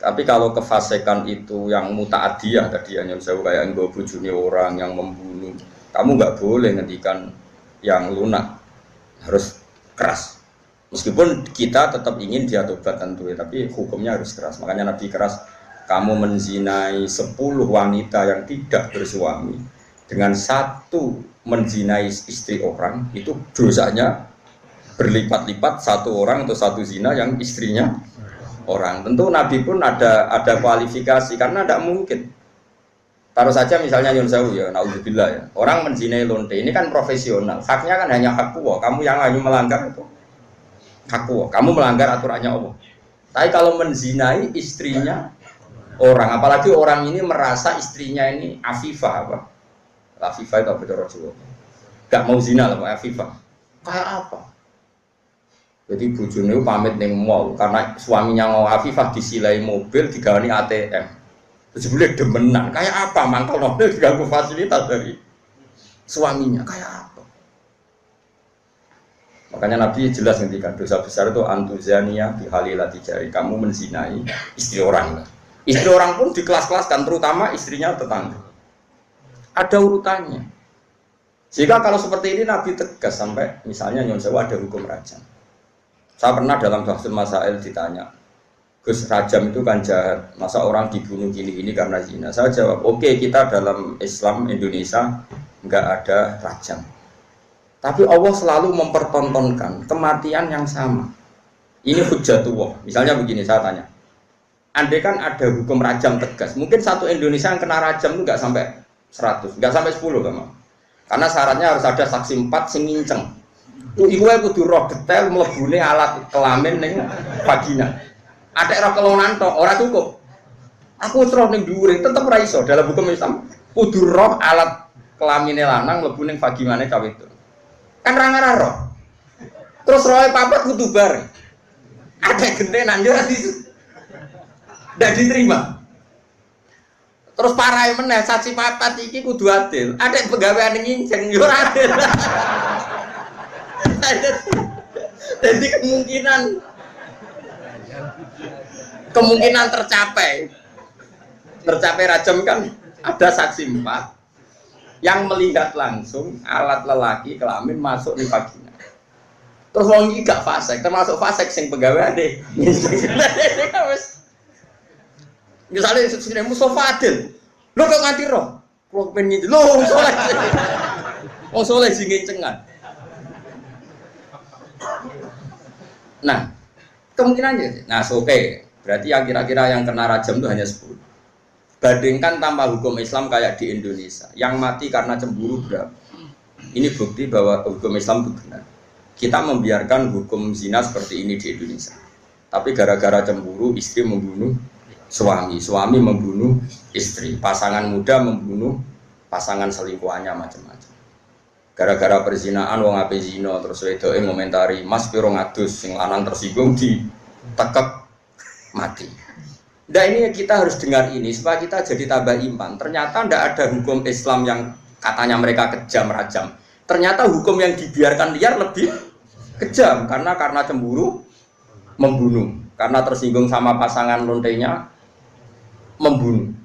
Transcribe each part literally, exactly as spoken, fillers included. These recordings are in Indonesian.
Tapi kalau kefasikan itu yang mutaadiyah tadi yang saya kayak nggak bujuni orang yang membunuh, kamu nggak boleh ngendikan yang lunak, harus keras. Meskipun kita tetap ingin dia tobat tentu, tapi hukumnya harus keras. Makanya Nabi keras, kamu menzinai sepuluh wanita yang tidak bersuami dengan satu menzinai istri orang, itu dosanya berlipat-lipat satu orang atau satu zina yang istrinya orang. Tentu Nabi pun ada ada kualifikasi karena tidak mungkin. Taruh saja misalnya Yun Sewu ya, naudzubillah ya. Orang menzinai lonte ini kan profesional. Haknya kan hanya hak Allah. Kamu yang hanya melanggar itu hak Allah. Kamu melanggar aturannya Allah. Tapi kalau menzinai istrinya orang, apalagi orang ini merasa istrinya ini afifah apa? Afifah itu apa Jawa? Gak mau zina lah, afifah. Kayak apa? Jadi bojone pamit ning mall karena suaminya mau afifah disilai mobil digawani A T M. Terus boleh demenan. Kayak apa mangkel mobil diganggu fasilitas dari suaminya? Kayak apa? Makanya Nabi jelas ngendikan dosa besar itu antuzania bihalilati jari, kamu menzinai istri orang. Istri orang pun di kelas-kelaskan, terutama istrinya tetangga. Ada urutannya. Jika kalau seperti ini Nabi tegas sampai misalnya Nyon Sewu ada hukum rajam. Saya pernah dalam Bahsul Masail ditanya, Gus, rajam itu kan jahat, masa orang dibunuh gini-gini karena zina? Saya jawab, oke okay, kita dalam Islam Indonesia nggak ada rajam. Tapi Allah selalu mempertontonkan kematian yang sama. Ini hujjatullah. Misalnya begini, saya tanya, andai kan ada hukum rajam tegas, mungkin satu Indonesia yang kena rajam itu nggak sampai seratus, nggak sampai sepuluh kan? Karena syaratnya harus ada saksi empat sing nginceng. Tuh iku ae kudu roh detail mlebune alat kelamin ning vagina. Atek roh kelonan tok ora cukup. Aku wis roh ning dhuwure tetep ora iso dalam hukum Islam kudu roh alat kelamine lanang mlebu ning vaginane cawe itu. Kan ra ngarah roh. Terus rohe papat kudu bareng. Ada gentenan yo ora ndak diterima. Terus parahe meneh saksi papat iki kudu adil. Ada pegawaian nginceng yo ora adil. Jadi kemungkinan kemungkinan tercapai tercapai rajam kan ada saksi empat yang melihat langsung alat lelaki kelamin masuk di vagina. Terus wong iki gak fasik, termasuk fasik sing pegawai deh. Misalnya sesuatu Mustafa Adil, lo kok nganti roh, lo pengen lo soleh, oh soleh sing ngencengan. Nah, kemungkinannya, nah oke, okay. Berarti yang kira-kira yang kena rajam itu hanya sepuluh. Bandingkan tanpa hukum Islam kayak di Indonesia, yang mati karena cemburu berapa? Ini bukti bahwa hukum Islam itu benar. Kita membiarkan hukum zina seperti ini di Indonesia. Tapi gara-gara cemburu, istri membunuh suami, suami membunuh istri, pasangan muda membunuh pasangan selingkuhannya macam-macam. Gara-gara perzinaan wong ape zina terus wedoke ngomentari Mas piro ngadus sing lanang tersinggung ditekek mati. Nah ini kita harus dengar ini supaya kita jadi tambah iman. Ternyata tidak ada hukum Islam yang katanya mereka kejam rajam. Ternyata hukum yang dibiarkan liar lebih kejam karena karena cemburu membunuh, karena tersinggung sama pasangan lontenya membunuh.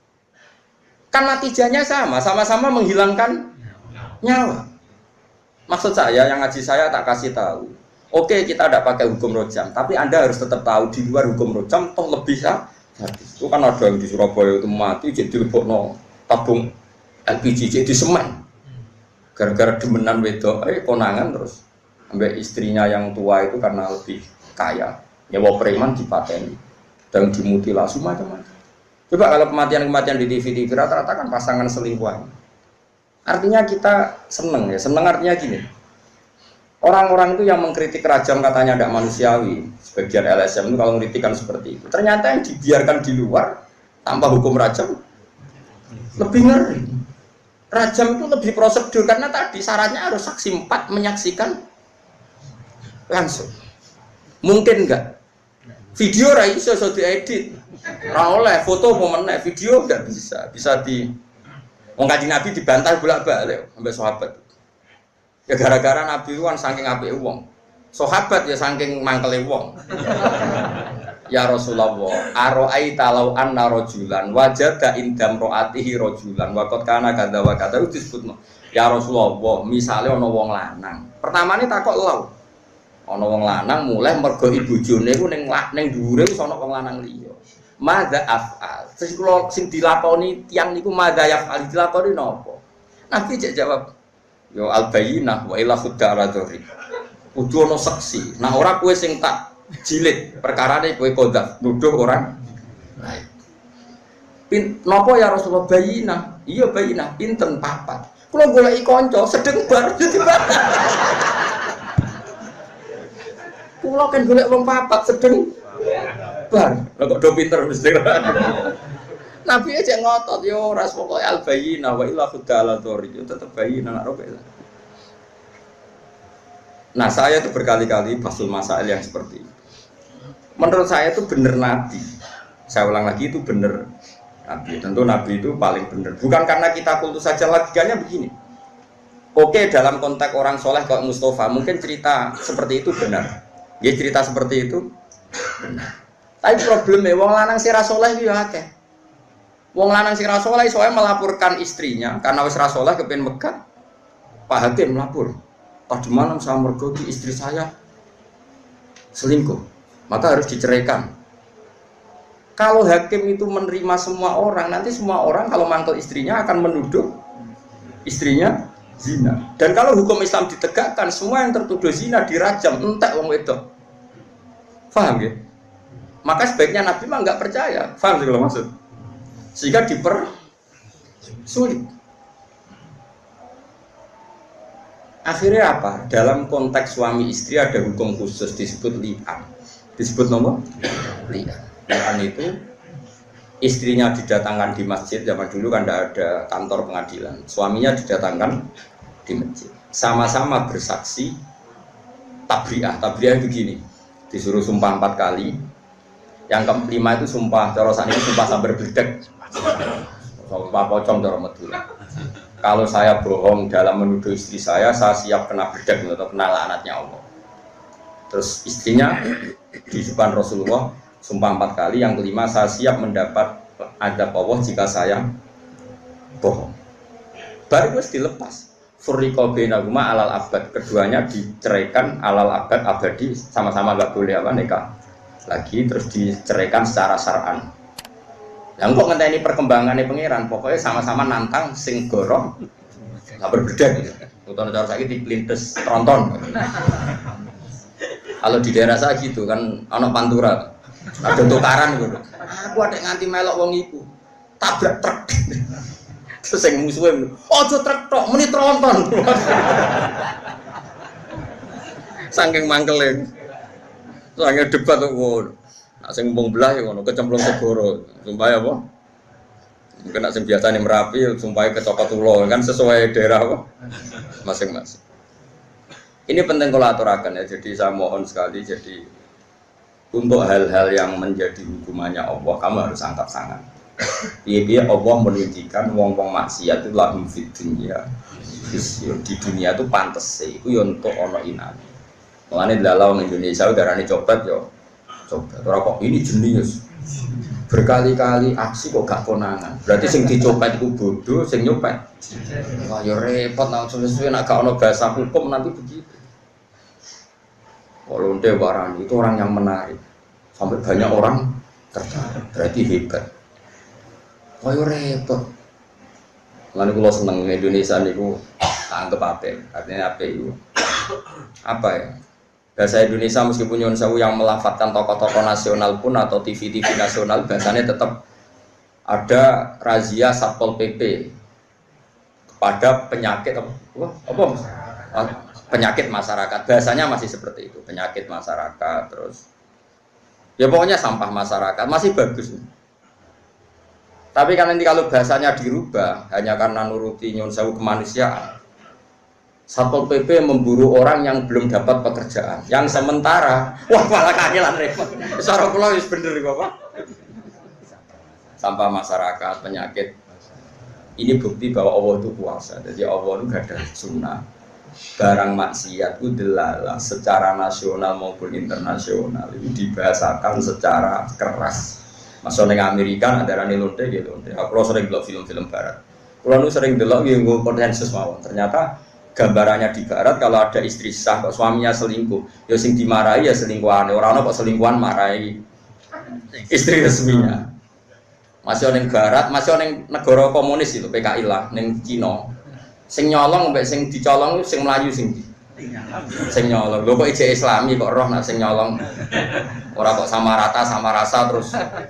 Kan natijahnya sama, sama-sama menghilangkan nyawa. Maksud saya, yang ngaji saya tak kasih tahu. Oke, kita tidak pakai hukum rojam, tapi Anda harus tetap tahu di luar hukum rojam toh lebih ya. Itu kan ada yang di Surabaya itu mati jadi lebokno tabung L P G jadi semen. Gara-gara demenan wedok, eh konangan terus ambek istrinya yang tua itu karena lebih kaya. Nyewa preman dipateni dan dimutilasi macam-macam. Coba kalau kematian-kematian di T V T V rata-rata kan pasangan selingkuhan. Artinya kita seneng ya, seneng artinya gini. Orang-orang itu yang mengkritik rajam katanya tidak manusiawi, sebagian L S M itu kalau mengkritikan seperti itu. Ternyata yang dibiarkan di luar tanpa hukum rajam lebih ngeri. Rajam itu lebih prosedur karena tadi syaratnya harus saksi empat menyaksikan langsung. Mungkin enggak? Video ra iso iso diedit. Ra oleh foto momennya, video enggak bisa. Bisa di wong Kanjeng Nabi dibantah bolak-balik sampai sahabat. Ya gara-gara Nabi itu kan saking apike wong. Sahabat ya saking mangkele wong. Ya Rasulullah, aro'aita law anna rajulan wajada indam ro'atihi rajulan wa qad kana kadza wa kadza disebutno. Ya Rasulullah, misale ana wong lanang. Pertamane takok law. Ana wong lanang mulai mergo ibojone ku ning ning dhuwure wis ana wong lanang liya. Madza af'al. Sing kula sing dilakoni tiyang niku madza yaf'al dilakoni napa? Nabi cek jawab, yo al-bayyinah wa ila khuddaradori. Kudu ana saksi. Nah ora kowe sing tak jilid perkarane kowe kodaf nuduh orang lain. Pin napa ya Rasulullah bayina? Iya bayina, pinten papat. Kula goleki kanca sedeng bar dadi batal. Kula kan golek wong papat sedeng bar. Lah kok do pinter mesti. Nabi aja ngotot yo ora pokoke al bayina wa illa khudala dzori yo tetep bayina nak robe. Nah, saya itu berkali-kali basul masail yang seperti itu. Menurut saya itu benar Nabi. Saya ulang lagi itu benar Nabi. Tentu Nabi itu paling benar. Bukan karena kita kultus saja, logikanya begini. Oke, dalam konteks orang soleh kayak Mustafa, mungkin cerita seperti itu benar. Ya cerita seperti itu benar. Tapi problemnya, wong lanang sira soleh itu ya akeh. Wong lanang sira soleh soalnya melaporkan istrinya karena wis ra soleh kepen megat. Pak Hakim melapor. Tadi malam saya mergoki istri saya selingkuh, maka harus diceraikan. Kalau hakim itu menerima semua orang, nanti semua orang kalau mantel istrinya akan menuduh istrinya zina. Dan kalau hukum Islam ditegakkan, semua yang tertuduh zina dirajam, entek wong wedok. Paham ya? Maka sebaiknya Nabi mah nggak percaya. Paham sih kalau maksud? Sehingga dipersulit. Akhirnya apa? Dalam konteks suami istri ada hukum khusus disebut li'an. Disebut nomor li'an. Li'an itu istrinya didatangkan di masjid, zaman dulu kan tidak ada kantor pengadilan. Suaminya didatangkan di masjid. Sama-sama bersaksi tabri'ah. Tabri'ah begini, disuruh sumpah empat kali. Yang kelima itu sumpah, corosan ini sumpah sambar bledek. Sumpah pocong cara Madura. Kalau saya bohong dalam menuduh istri saya, saya siap kena bedak atau kena laknatnya Allah. Terus istrinya di depan Rasulullah sumpah empat kali. Yang kelima, saya siap mendapat adab Allah jika saya bohong. Baru harus dilepas. Furriqa bainahuma alal abad. Keduanya diceraikan alal abad abadi, sama-sama nggak boleh apa nikah lagi. Terus diceraikan secara syar'an. Yang kok ngenteni perkembangannya pangeran, pokoknya sama-sama nantang sing gorong nggak berbeda gitu. Utama cara saya dipelintes tronton. Kalau di daerah saya gitu kan, anak pantura, ada tukaran gitu. Aku ada nganti melok wong iku, tabrak truk. Terus yang musuhnya, ojo truk tok, meni tronton. Saking mangkelnya, saking debat tuh. Sing mbong belah ya ngono kecemplung segoro. Sumpah apa? Mungkin nak sing biasane Merapi sumpah kecokot ulo kan sesuai daerah apa masing-masing. Ini penting kalau aturakan ya. Jadi saya mohon sekali jadi untuk hal-hal yang menjadi hukumannya Allah kamu harus angkat tangan. Piye-piye Allah menunjukkan wong-wong maksiat itu lahum fid dunya. Di dunia itu pantes sih. Iku yo untuk ono inan. Mulane dalam Indonesia udarane copet yo coba, kok ini jenius berkali-kali aksi kok gak konangan berarti sing dicopet itu bodoh, sing nyopet wah ya repot, nah suwe-suwe nak gak ada bahasa hukum nanti begitu. Kalau dia barang itu orang yang menarik sampai banyak orang tertarik, berarti hebat. Wah ya repot. Lalu kalau seneng Indonesia niku anggap apa artinya apa itu apa ya bahasa Indonesia meskipun nyuwun sewu yang melafatkan tokoh-tokoh nasional pun atau T V T V nasional bahasanya tetap ada razia Satpol P P kepada penyakit apa, apa penyakit masyarakat, bahasanya masih seperti itu, penyakit masyarakat. Terus ya pokoknya sampah masyarakat masih bagus. Tapi kan nanti kalau bahasanya dirubah hanya karena nuruti nyuwun sewu kemanusiaan, Satpol P P memburu orang yang belum dapat pekerjaan, yang sementara, wah malah kangelan repot. Sarap kula wis bener Bapak. Sampah masyarakat, penyakit. Ini bukti bahwa Allah itu kuasa. Jadi Allah itu gak ada sunnah. barang maksiat itu delalah secara nasional maupun internasional itu dibahasakan secara keras. Masuk neng Amerika ada rani lonte gitu. Aku sering delok film-film barat. Kalau nu sering delok yang gue konsensus mawon. Ternyata gambarannya di barat kalau ada istri sah kok suaminya selingkuh, ya sing dimarahi ya selingkuhan. Orang kok selingkuhan marahi istri resminya. Masih neng barat, masih neng negara komunis itu P K I lah, neng Cina. Sing nyolong mbek sing dicolong sing melayu sing di. Sing nyolong. Lho kok ijek Islami kok roh nak sing nyolong. Ora kok sama rata sama rasa terus.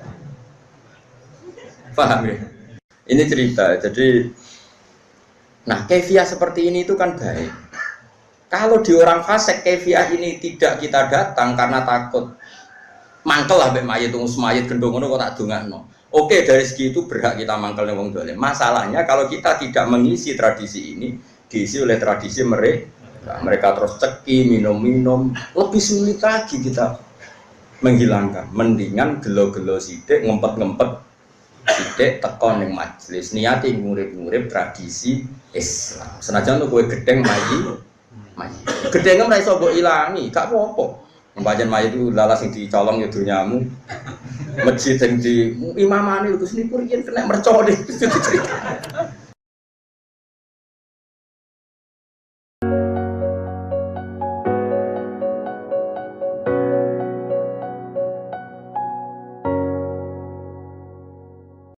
Paham ya? Ini cerita. Jadi nah, kefiah seperti ini itu kan baik. Kalau di orang fasik kefiah ini tidak kita datang karena takut mangkel lah mbek mayit wong mayit gendong ngono kok tak dongakno. Oke, dari segi itu berhak kita mangkel ning wong dolim. Masalahnya kalau kita tidak mengisi tradisi ini, diisi oleh tradisi mereka. Mereka terus ceki, minum-minum, lebih sulit lagi kita menghilangkan. Mendingan gelo-gelo sithik, ngempet-ngempet sithik tekon ning majelis niati ngurip-ngurip tradisi Islam. Senajan tuh kowe gedeng mayi, mayi. Gedenge ora iso mbok ilangi, gak apa-apa. Pancen mayi itu lalas sing dicolong ya donyamu. Masjid sing di imamane Gus niku riyen kena mercon iki cerita.